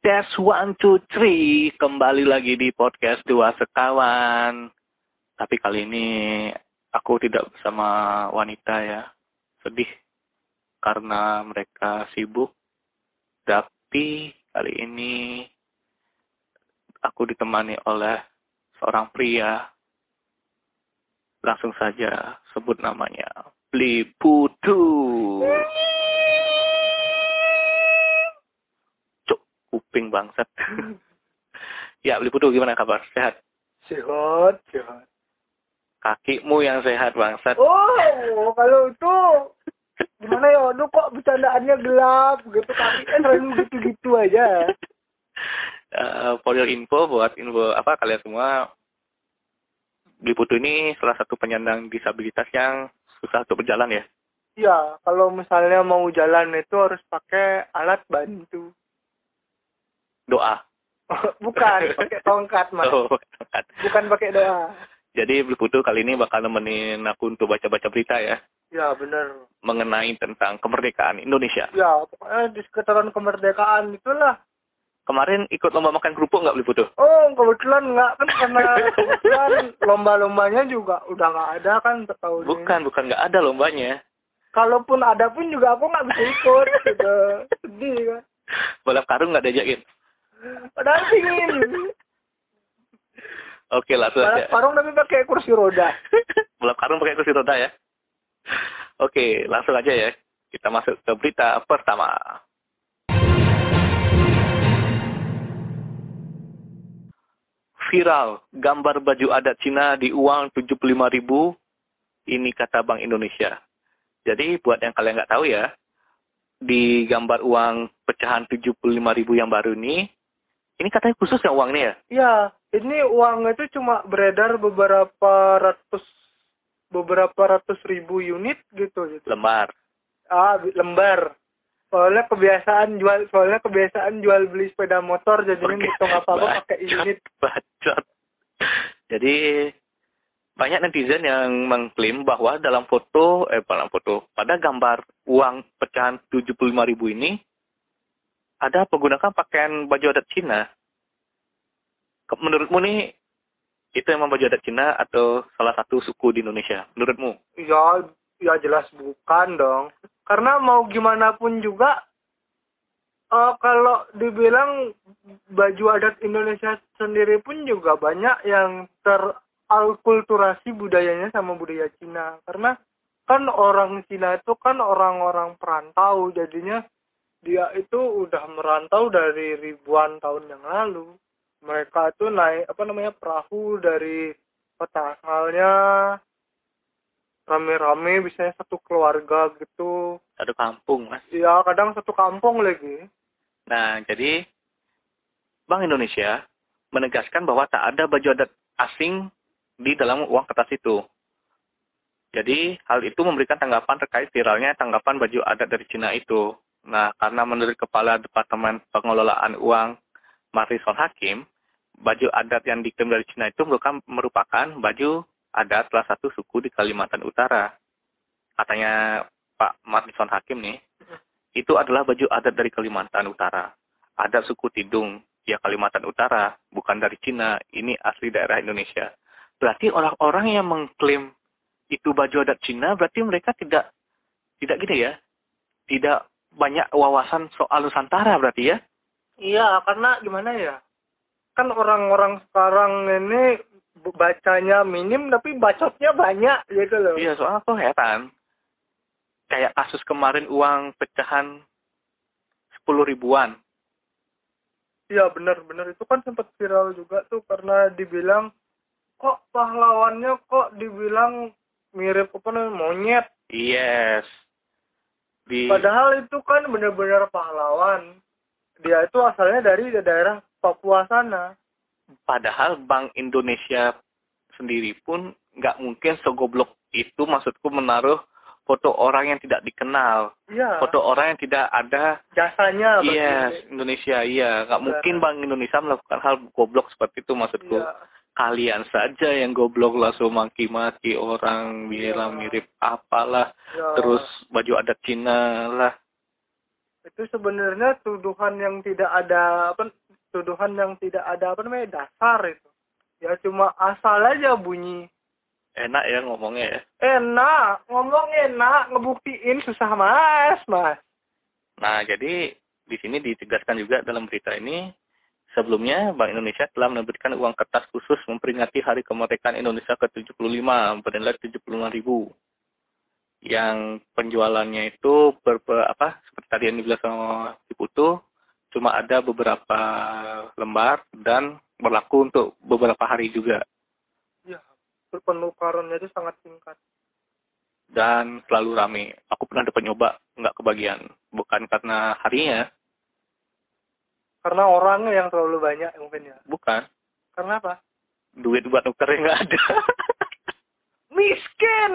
Tes 1, 2, 3, kembali lagi di podcast Dua Sekawan. Tapi kali ini aku tidak bersama wanita ya. Sedih karena mereka sibuk. Tapi kali ini aku ditemani oleh seorang pria. Langsung saja sebut namanya. Bli Putu. Kuping bangsat. Ya, Bli Putu, gimana kabar? Sehat? Sehat. Kakimu yang sehat, bangsat. Oh, kalau itu gimana ya? Aduh, kok bercandaannya gelap gitu. Kaki kan selalu gitu-gitu aja. For your info, buat info apa kalian semua, Bli Putu ini salah satu penyandang disabilitas yang susah untuk berjalan ya? Iya, kalau misalnya mau jalan itu harus pakai alat bantu. Doa. Bukan, pakai tongkat, Mas. Oh, tongkat. Bukan pakai doa. Jadi Bli Putu kali ini bakal nemenin aku untuk baca-baca berita ya. Ya, benar. Mengenai tentang kemerdekaan Indonesia. Ya, pokoknya di sekitaran kemerdekaan itulah. Kemarin ikut lomba makan kerupuk nggak, Bli Putu? Oh, kebetulan nggak kan, karena kebetulan lomba-lombanya juga udah nggak ada kan setahun ini. Bukan nggak ada lombanya. Kalaupun ada pun juga aku nggak bisa ikut gitu. Sedih kan. Balap karung nggak diajakin. Padahal pingin. Oke, langsung aja. Balap karung tapi pakai kursi roda. Balap karung pakai kursi roda ya. Oke, langsung aja ya. Kita masuk ke berita pertama. Viral, gambar baju adat Cina di uang 75.000. Ini kata Bank Indonesia. Jadi buat yang kalian nggak tahu ya, di gambar uang pecahan 75.000 yang baru ini katanya khusus yang uangnya ya? Iya, ini uang itu cuma beredar beberapa ratus ribu unit gitu. Lembar. Lembar. Soalnya kebiasaan jual beli sepeda motor, jadinya ngitung apa-apa pakai unit. Bacot. Jadi banyak netizen yang mengklaim bahwa pada gambar uang pecahan 75.000 ini ada menggunakan pakaian baju adat Cina. Menurutmu nih, itu emang baju adat Cina atau salah satu suku di Indonesia? Menurutmu? Ya jelas bukan dong. Karena mau gimana pun juga, kalau dibilang baju adat Indonesia sendiri pun juga banyak yang teralkulturasi budayanya sama budaya Cina. Karena kan orang Cina itu kan orang-orang perantau, jadinya dia itu udah merantau dari ribuan tahun yang lalu. Mereka itu naik perahu dari kota asalnya, rame-rame, biasanya satu keluarga gitu. Satu kampung, Mas. Iya, kadang satu kampung lagi. Nah, jadi Bank Indonesia menegaskan bahwa tak ada baju adat asing di dalam uang kertas itu. Jadi, hal itu memberikan tanggapan terkait viralnya tanggapan baju adat dari Cina itu. Nah, karena menurut Kepala Departemen Pengelolaan Uang Marison Hakim, baju adat yang diklaim dari Cina itu merupakan baju adat salah satu suku di Kalimantan Utara. Katanya Pak Marison Hakim nih, itu adalah baju adat dari Kalimantan Utara. Adat suku Tidung, ya Kalimantan Utara, bukan dari Cina, ini asli daerah Indonesia. Berarti orang-orang yang mengklaim itu baju adat Cina, berarti mereka tidak gini ya, tidak banyak wawasan soal Nusantara berarti ya? Iya, karena gimana ya? Kan orang-orang sekarang ini bacanya minim tapi bacotnya banyak gitu loh. Iya, soalnya aku heran. Kayak kasus kemarin uang pecahan 10 ribuan. Iya, benar-benar itu kan sempat viral juga tuh karena dibilang kok pahlawannya kok dibilang mirip monyet. Yes. Padahal itu kan benar-benar pahlawan. Dia itu asalnya dari daerah Papua sana. Padahal Bank Indonesia sendiri pun nggak mungkin segoblok itu, maksudku menaruh foto orang yang tidak dikenal. Iya. Foto orang yang tidak ada jasanya. Yes, Indonesia, iya. Nggak mungkin Bank Indonesia melakukan hal goblok seperti itu, maksudku. Iya. Kalian saja yang goblok langsung maki-maki orang, bilang mirip apalah, terus baju adat Cina lah. Itu sebenarnya tuduhan yang tidak ada dasar itu. Ya cuma asal aja bunyi. Enak ya ngomongnya ya. Ngomong enak, ngebuktiin susah mas. Nah, jadi di sini ditegaskan juga dalam berita ini, sebelumnya Bank Indonesia telah menerbitkan uang kertas khusus memperingati Hari Kemerdekaan Indonesia ke-75 bernilai 75.000. Yang penjualannya itu seperti tadi yang dibilang sama Ciputu, cuma ada beberapa lembar dan berlaku untuk beberapa hari juga. Ya, penukarannya itu sangat singkat. Dan selalu rame. Aku pernah dapat nyoba, nggak kebagian. Bukan karena harinya. Karena orangnya yang terlalu banyak mungkin ya. Bukan. Karena apa? Duit buat nukernya nggak ada. Miskin!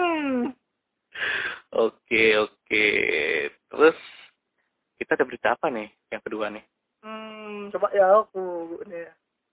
Oke. Terus, kita ada berita apa nih yang kedua nih? Coba ya aku nih.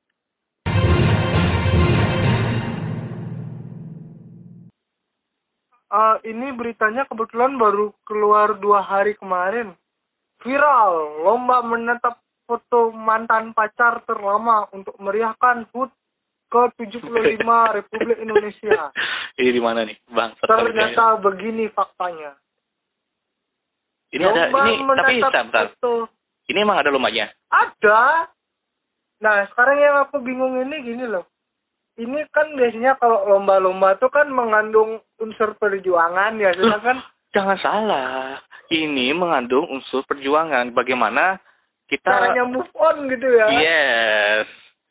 Ini beritanya kebetulan baru keluar 2 hari kemarin. Viral, lomba menetap foto mantan pacar terlama untuk meriahkan HUT ke-75 Republik Indonesia. Ini di mana nih, Bang? Ternyata begini faktanya. Ini ada, tapi bentar. Ini emang ada lombanya? Ada. Nah, sekarang yang aku bingung ini gini loh. Ini kan biasanya kalau lomba-lomba itu kan mengandung unsur perjuangan ya, sedangkan jangan salah. Ini mengandung unsur perjuangan. Bagaimana kita caranya move on gitu ya. Yes.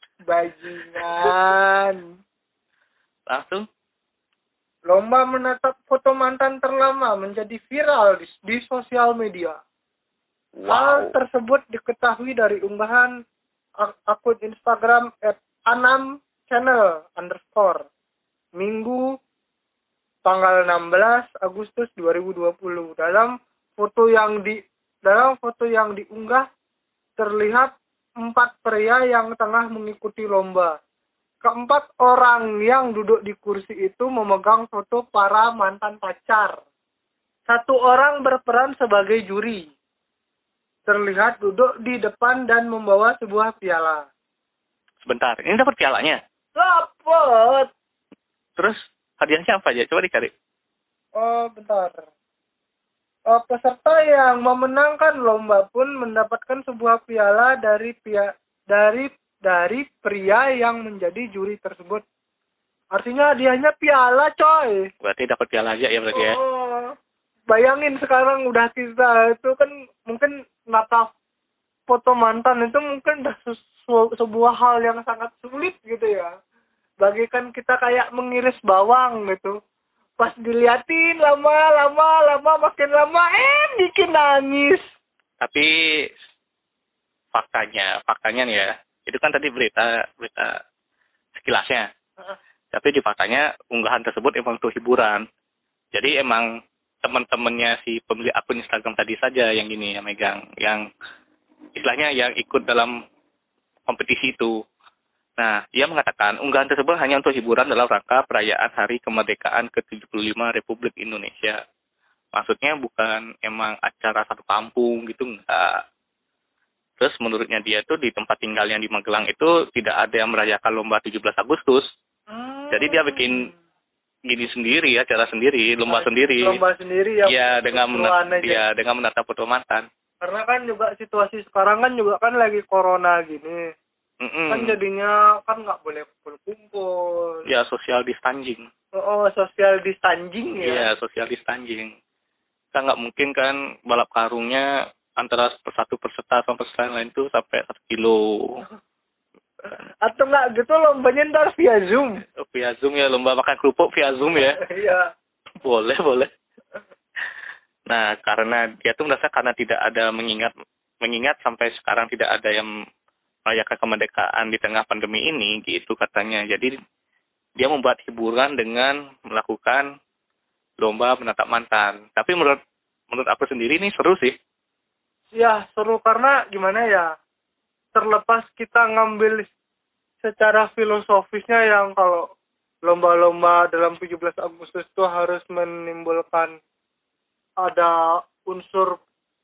Bajingan. Langsung. Lomba menatap foto mantan terlama menjadi viral di sosial media. Wow. Hal tersebut diketahui dari unggahan akun Instagram @anam_channel_ Minggu tanggal 16 Agustus 2020. Dalam foto yang diunggah terlihat 4 pria yang tengah mengikuti lomba. Keempat orang yang duduk di kursi itu memegang foto para mantan pacar. 1 orang berperan sebagai juri. Terlihat duduk di depan dan membawa sebuah piala. Sebentar, ini dapat pialanya? Dapat. Terus hadiahnya apa aja? Coba dicari. Oh, bentar. Peserta yang memenangkan lomba pun mendapatkan sebuah piala dari pria yang menjadi juri tersebut. Artinya hadiahnya piala, coy. Berarti dapat piala aja ya berarti ya. Bayangin sekarang udah kita itu kan mungkin nata foto mantan itu mungkin udah sebuah hal yang sangat sulit gitu ya. Bagikan kita kayak mengiris bawang gitu. Pas diliatin lama makin lama bikin nangis. Tapi faktanya nih ya. Itu kan tadi berita sekilasnya. Tapi di faktanya unggahan tersebut emang untuk hiburan. Jadi emang teman-temannya si pemilik akun Instagram tadi saja yang gini yang megang, yang istilahnya yang ikut dalam kompetisi itu. Nah, dia mengatakan unggahan tersebut hanya untuk hiburan dalam rangka perayaan Hari Kemerdekaan ke-75 Republik Indonesia. Maksudnya bukan emang acara satu kampung gitu, enggak. Terus menurutnya dia tuh di tempat tinggalnya di Magelang itu tidak ada yang merayakan lomba 17 Agustus. Jadi dia bikin gini sendiri, acara sendiri, lomba sendiri. Lomba sendiri ya. Iya, dengan menata foto mantan. Karena kan juga situasi sekarang kan juga kan lagi corona gini. Kan jadinya kan nggak boleh kumpul-kumpul. Ya, social distancing. Social distancing ya. Iya, social distancing. Kan nggak mungkin kan balap karungnya antara satu peserta sama peserta lain tuh sampai 1 kilo. Atau nggak gitu lombanya ntar via Zoom. Via Zoom ya, lomba makan kerupuk via Zoom ya. Iya. Boleh. Nah, karena dia tuh merasa karena tidak ada mengingat sampai sekarang tidak ada yang merayakan kemerdekaan di tengah pandemi ini, gitu katanya. Jadi dia membuat hiburan dengan melakukan lomba menatap mantan. Tapi menurut aku sendiri ini seru sih. Ya, seru karena gimana ya? Terlepas kita ngambil secara filosofisnya yang kalau lomba-lomba dalam 17 Agustus itu harus menimbulkan ada unsur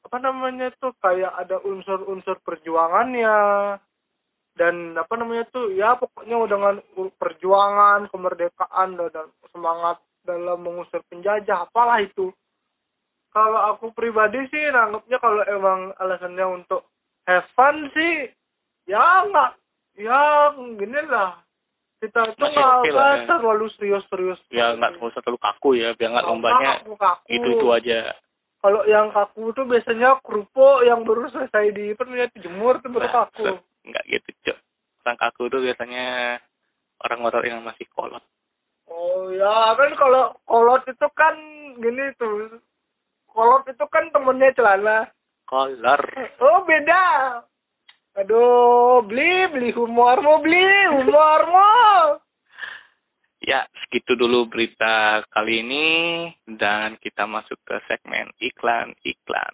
apa namanya tuh kayak ada unsur-unsur perjuangannya dan apa namanya tuh ya pokoknya dengan perjuangan kemerdekaan dan semangat dalam mengusir penjajah apalah itu. Kalau aku pribadi sih nanggapnya kalau emang alasannya untuk have fun sih ya nggak ya gini lah kita itu Masih nggak oke lah ya. terlalu serius-serius Ya nggak usah terlalu kaku ya, biar nggak lombanya kaku. itu aja. Kalau yang kaku tuh biasanya kerupuk yang baru selesai dijemur tuh baru kaku. Nggak gitu, Cok. Orang kaku tuh biasanya orang-orang yang masih kolot. Oh ya kan kalau kolot itu kan gini tuh. Kolot itu kan temennya celana. Kolor. Oh beda. Aduh, beli humormu. Ya, segitu dulu berita kali ini dan kita masuk ke segmen iklan-iklan.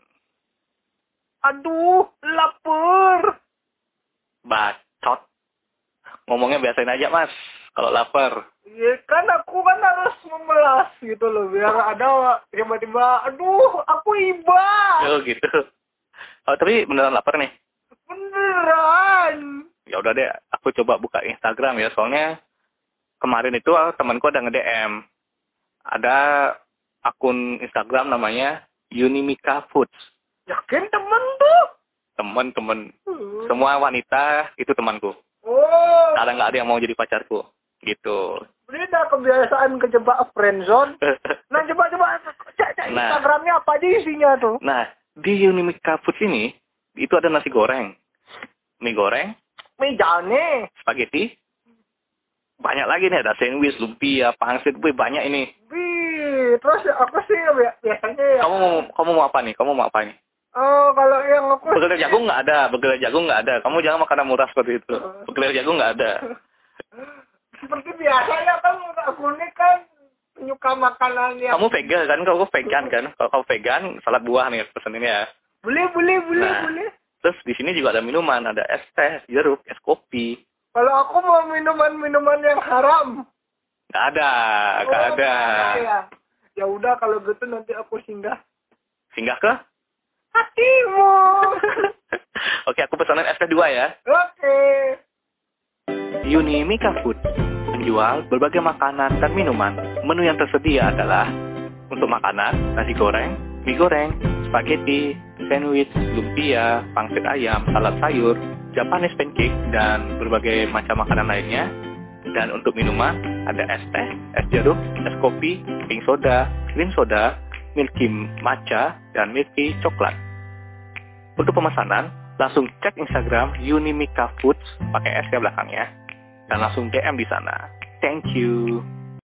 Aduh, lapar. Bacot. Ngomongnya biasain aja, Mas. Kalau lapar. Ya kan aku kan harus memelas gitu loh biar ada tiba-tiba aduh aku iba. Oh gitu. Oh, tapi beneran lapar nih. Beneran. Ya udah deh, aku coba buka Instagram ya. Soalnya kemarin itu temanku ada nge-DM. Ada akun Instagram namanya Unimika Foods. Yakin temen tuh? Temen. Semua wanita itu temanku. Oh. Kadang nggak ada yang mau jadi pacarku. Gitu. Beda kebiasaan kejebak friendzone. Nah coba cek Instagramnya apa aja isinya tuh. Nah, di Unimika Foods ini itu ada nasi goreng, mie goreng, mie jane, spaghetti, banyak lagi nih, ada sandwich, lumpia, pangsit, banyak ini. Terus aku sih biasanya ya. Kamu mau apa nih? Oh, kalau yang aku Begedel jagung nggak ada. Kamu jangan makanan murah seperti itu. Begedel jagung nggak ada. Seperti biasanya kan aku ini kan penyuka makanan yang. Kamu vegan kan? Kamu vegan kan? Kalau kamu vegan, salad buah nih pesen ini ya. Boleh. Terus di sini juga ada minuman, ada es teh, jeruk, es kopi. Kalau aku mau minuman yang haram. Nggak ada. Ya udah kalau gitu nanti aku singgah. Singgah ke? Hatimu. Oke, aku pesanin es teh 2 ya. Oke. Unimika Food menjual berbagai makanan dan minuman. Menu yang tersedia adalah untuk makanan, nasi goreng, mie goreng, spaghetti, sandwich, lumpia, pangsit ayam, salad sayur, Japanese pancake, dan berbagai macam makanan lainnya. Dan untuk minuman, ada es teh, es jeruk, es kopi, pink soda, green soda, milky matcha, dan milky coklat. Untuk pemesanan, langsung cek Instagram Unimika Foods, pakai S ya belakangnya, dan langsung DM di sana. Thank you.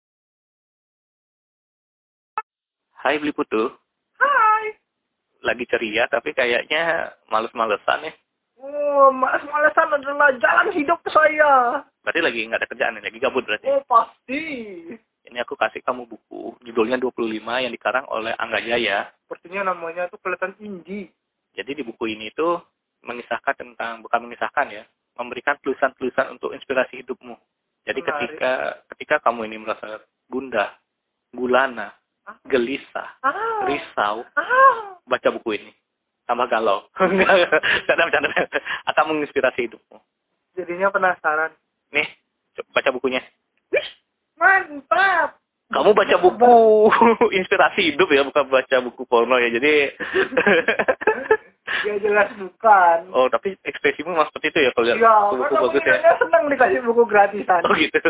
Hai Beli Putu. Hai. Lagi ceria tapi kayaknya males-malesan ya. Oh, males-malesan adalah jalan hidup saya. Berarti lagi nggak ada kerjaan nih, lagi gabut berarti. Oh, pasti. Ini aku kasih kamu buku, judulnya 25 yang dikarang oleh Angga Jaya. Sepertinya namanya tuh kelihatan indie. Jadi di buku ini tuh mengisahkan tentang, bukan mengisahkan ya, memberikan tulisan-tulisan untuk inspirasi hidupmu. Jadi ketika kamu ini merasa gundah, gulana, gelisah, risau, baca buku ini. Tambah galau. Bercanda. Akan menginspirasi hidupmu. Jadinya penasaran. Nih, baca bukunya. Mantap. Kamu baca buku inspirasi hidup ya, bukan baca buku porno ya. Jadi ya jelas bukan. Oh, tapi ekspresimu memang seperti itu ya kalau lihat buku bagus ya. Iya, senang dikasih buku gratisan. Oh gitu.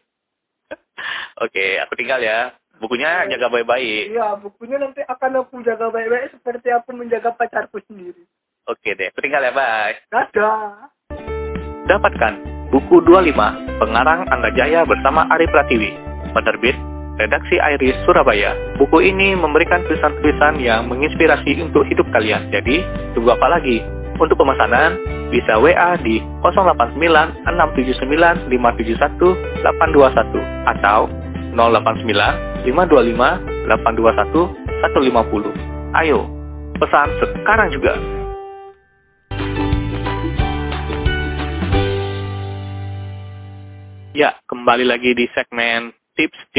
Oke, aku tinggal ya. Bukunya jaga baik-baik. Iya, bukunya nanti akan aku jaga baik-baik seperti aku menjaga pacarku sendiri. Oke deh, aku tinggal ya, bye. Dadah. Dapatkan buku 25 pengarang Angga Jaya bersama Ari Pratiwi. Penerbit Redaksi Iris Surabaya. Buku ini memberikan tulisan-tulisan yang menginspirasi untuk hidup kalian. Jadi, tunggu apa lagi? Untuk pemesanan, bisa WA di 089 679 571 821 atau 089 525 821 150. Ayo, pesan sekarang juga. Ya, kembali lagi di segmen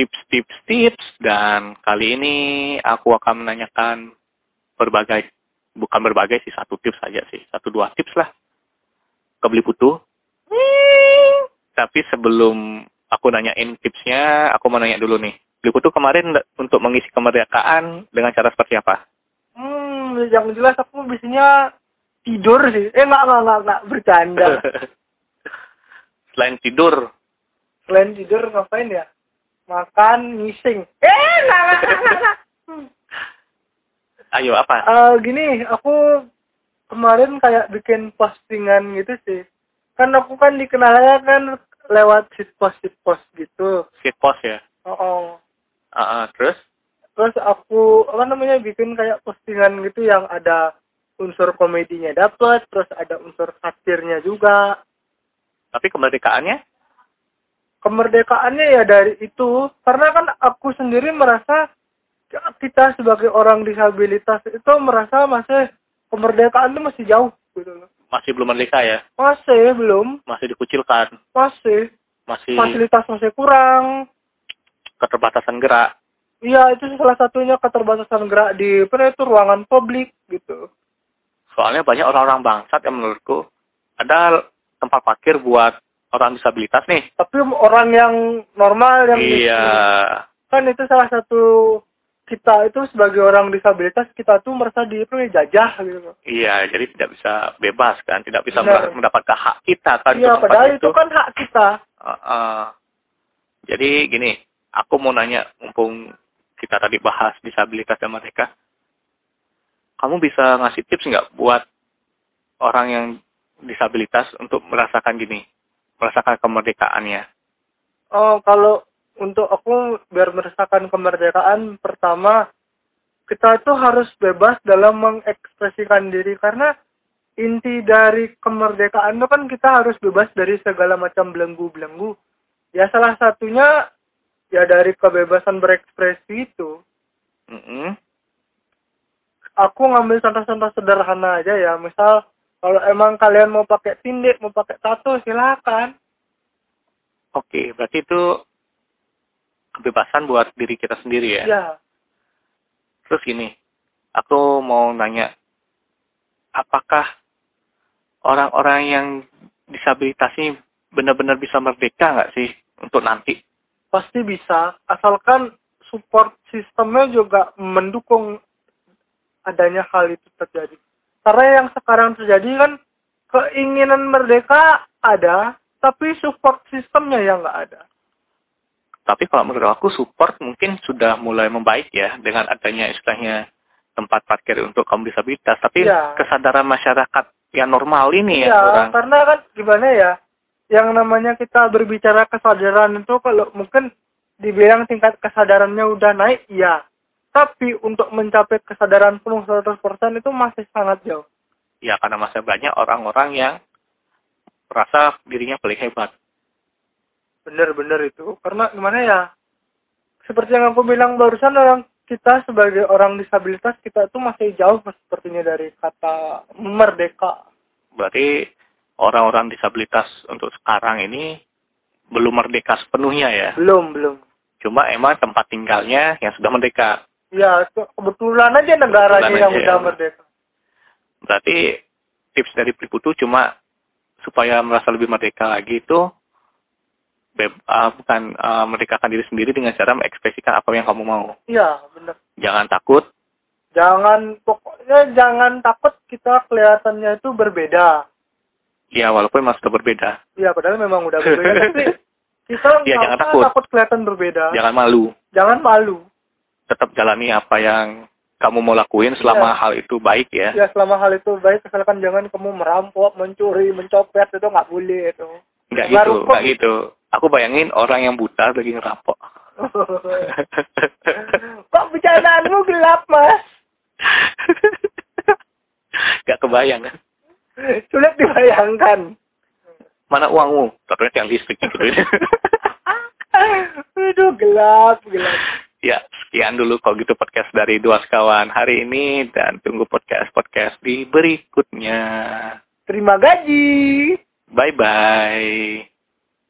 tips, dan kali ini aku akan menanyakan berbagai bukan berbagai sih, satu tips saja sih, 1-2 tips lah ke Beli Putu. Tapi sebelum aku nanyain tipsnya, aku mau nanya dulu nih. Beli Putu kemarin untuk mengisi kemerdekaan dengan cara seperti apa? Yang jelas aku biasanya tidur sih. Enggak, bercanda. Selain tidur, Ngapain ya? Makan, ngising. Enggak. ayo apa? Gini, aku kemarin kayak bikin postingan gitu sih. Kan aku kan dikenalnya kan lewat shitpost gitu. Shitpost ya? Oh. Terus? Terus aku bikin kayak postingan gitu yang ada unsur komedinya dapat, terus ada unsur satirnya juga. Tapi kemerdekaannya? Kemerdekaannya ya dari itu, karena kan aku sendiri merasa kita sebagai orang disabilitas itu merasa masih kemerdekaan itu masih jauh gitu loh. Masih belum merdeka ya? Masih belum. Masih dikucilkan? Masih. Masih Fasilitas masih kurang. keterbatasan gerak? Iya, itu salah satunya keterbatasan gerak di ruangan publik gitu. Soalnya banyak orang-orang bangsat yang menurutku ada tempat parkir buat orang disabilitas nih. Tapi orang yang normal yang iya. Kan itu salah satu kita itu sebagai orang disabilitas kita tuh merasa jajah gitu. Iya, jadi tidak bisa bebas kan, tidak bisa mendapatkan hak kita kan. Iya, padahal itu kan hak kita. Jadi gini, aku mau nanya, mumpung kita tadi bahas disabilitas dan mereka, kamu bisa ngasih tips nggak buat orang yang disabilitas untuk merasakan kemerdekaannya? Oh, kalau untuk aku biar merasakan kemerdekaan, pertama kita itu harus bebas dalam mengekspresikan diri, karena inti dari kemerdekaan itu kan kita harus bebas dari segala macam belenggu-belenggu. Ya salah satunya ya dari kebebasan berekspresi itu. Aku ngambil contoh-contoh sederhana aja ya. Misal kalau emang kalian mau pakai tindik, mau pakai tato, silakan. Oke, berarti itu kebebasan buat diri kita sendiri ya? Iya. Terus gini, aku mau nanya, apakah orang-orang yang disabilitas ini benar-benar bisa merdeka nggak sih untuk nanti? Pasti bisa, asalkan support sistemnya juga mendukung adanya hal itu terjadi. Karena yang sekarang terjadi kan keinginan merdeka ada, tapi support sistemnya yang nggak ada. Tapi kalau menurut aku support mungkin sudah mulai membaik ya dengan adanya istilahnya tempat parkir untuk kaum disabilitas. Tapi kesadaran masyarakat yang normal ini ya kurang. Karena kan gimana ya, yang namanya kita berbicara kesadaran itu kalau mungkin dibilang tingkat kesadarannya udah naik, ya. Tapi untuk mencapai kesadaran penuh 100% itu masih sangat jauh. Ya, karena masih banyak orang-orang yang merasa dirinya paling hebat. Bener-bener itu. Karena gimana ya, seperti yang aku bilang barusan, kita sebagai orang disabilitas, kita itu masih jauh sepertinya dari kata merdeka. Berarti orang-orang disabilitas untuk sekarang ini belum merdeka sepenuhnya ya? Belum. Cuma emang tempat tinggalnya yang sudah merdeka. Ya, kebetulan aja negaranya yang udah merdeka. Berarti tips dari Beli Putu cuma supaya merasa lebih merdeka lagi itu bukan merdekakan diri sendiri dengan cara mengekspresikan apa yang kamu mau. Iya, benar. Jangan takut. Pokoknya jangan takut kita kelihatannya itu berbeda. Iya, walaupun memang sudah berbeda. Iya, padahal memang udah berbeda. Tapi kita jangan takut kelihatan berbeda. Jangan malu. Tetap jalani apa yang kamu mau lakuin selama hal itu baik ya. Ya, selama hal itu baik, asalkan jangan kamu merampok, mencuri, mencopet, itu nggak boleh itu. Nggak gitu. Aku bayangin orang yang buta lagi ngerampok. Kok bercandaanmu gelap, Mas? Gak kebayang kan? Sulit dibayangkan. Mana uangmu? Ternyata yang listrik gitu. Aduh, gelap. Ya, sekian dulu kalau gitu podcast dari Dua Sekawan hari ini, dan tunggu podcast di berikutnya. Terima gaji. Bye-bye.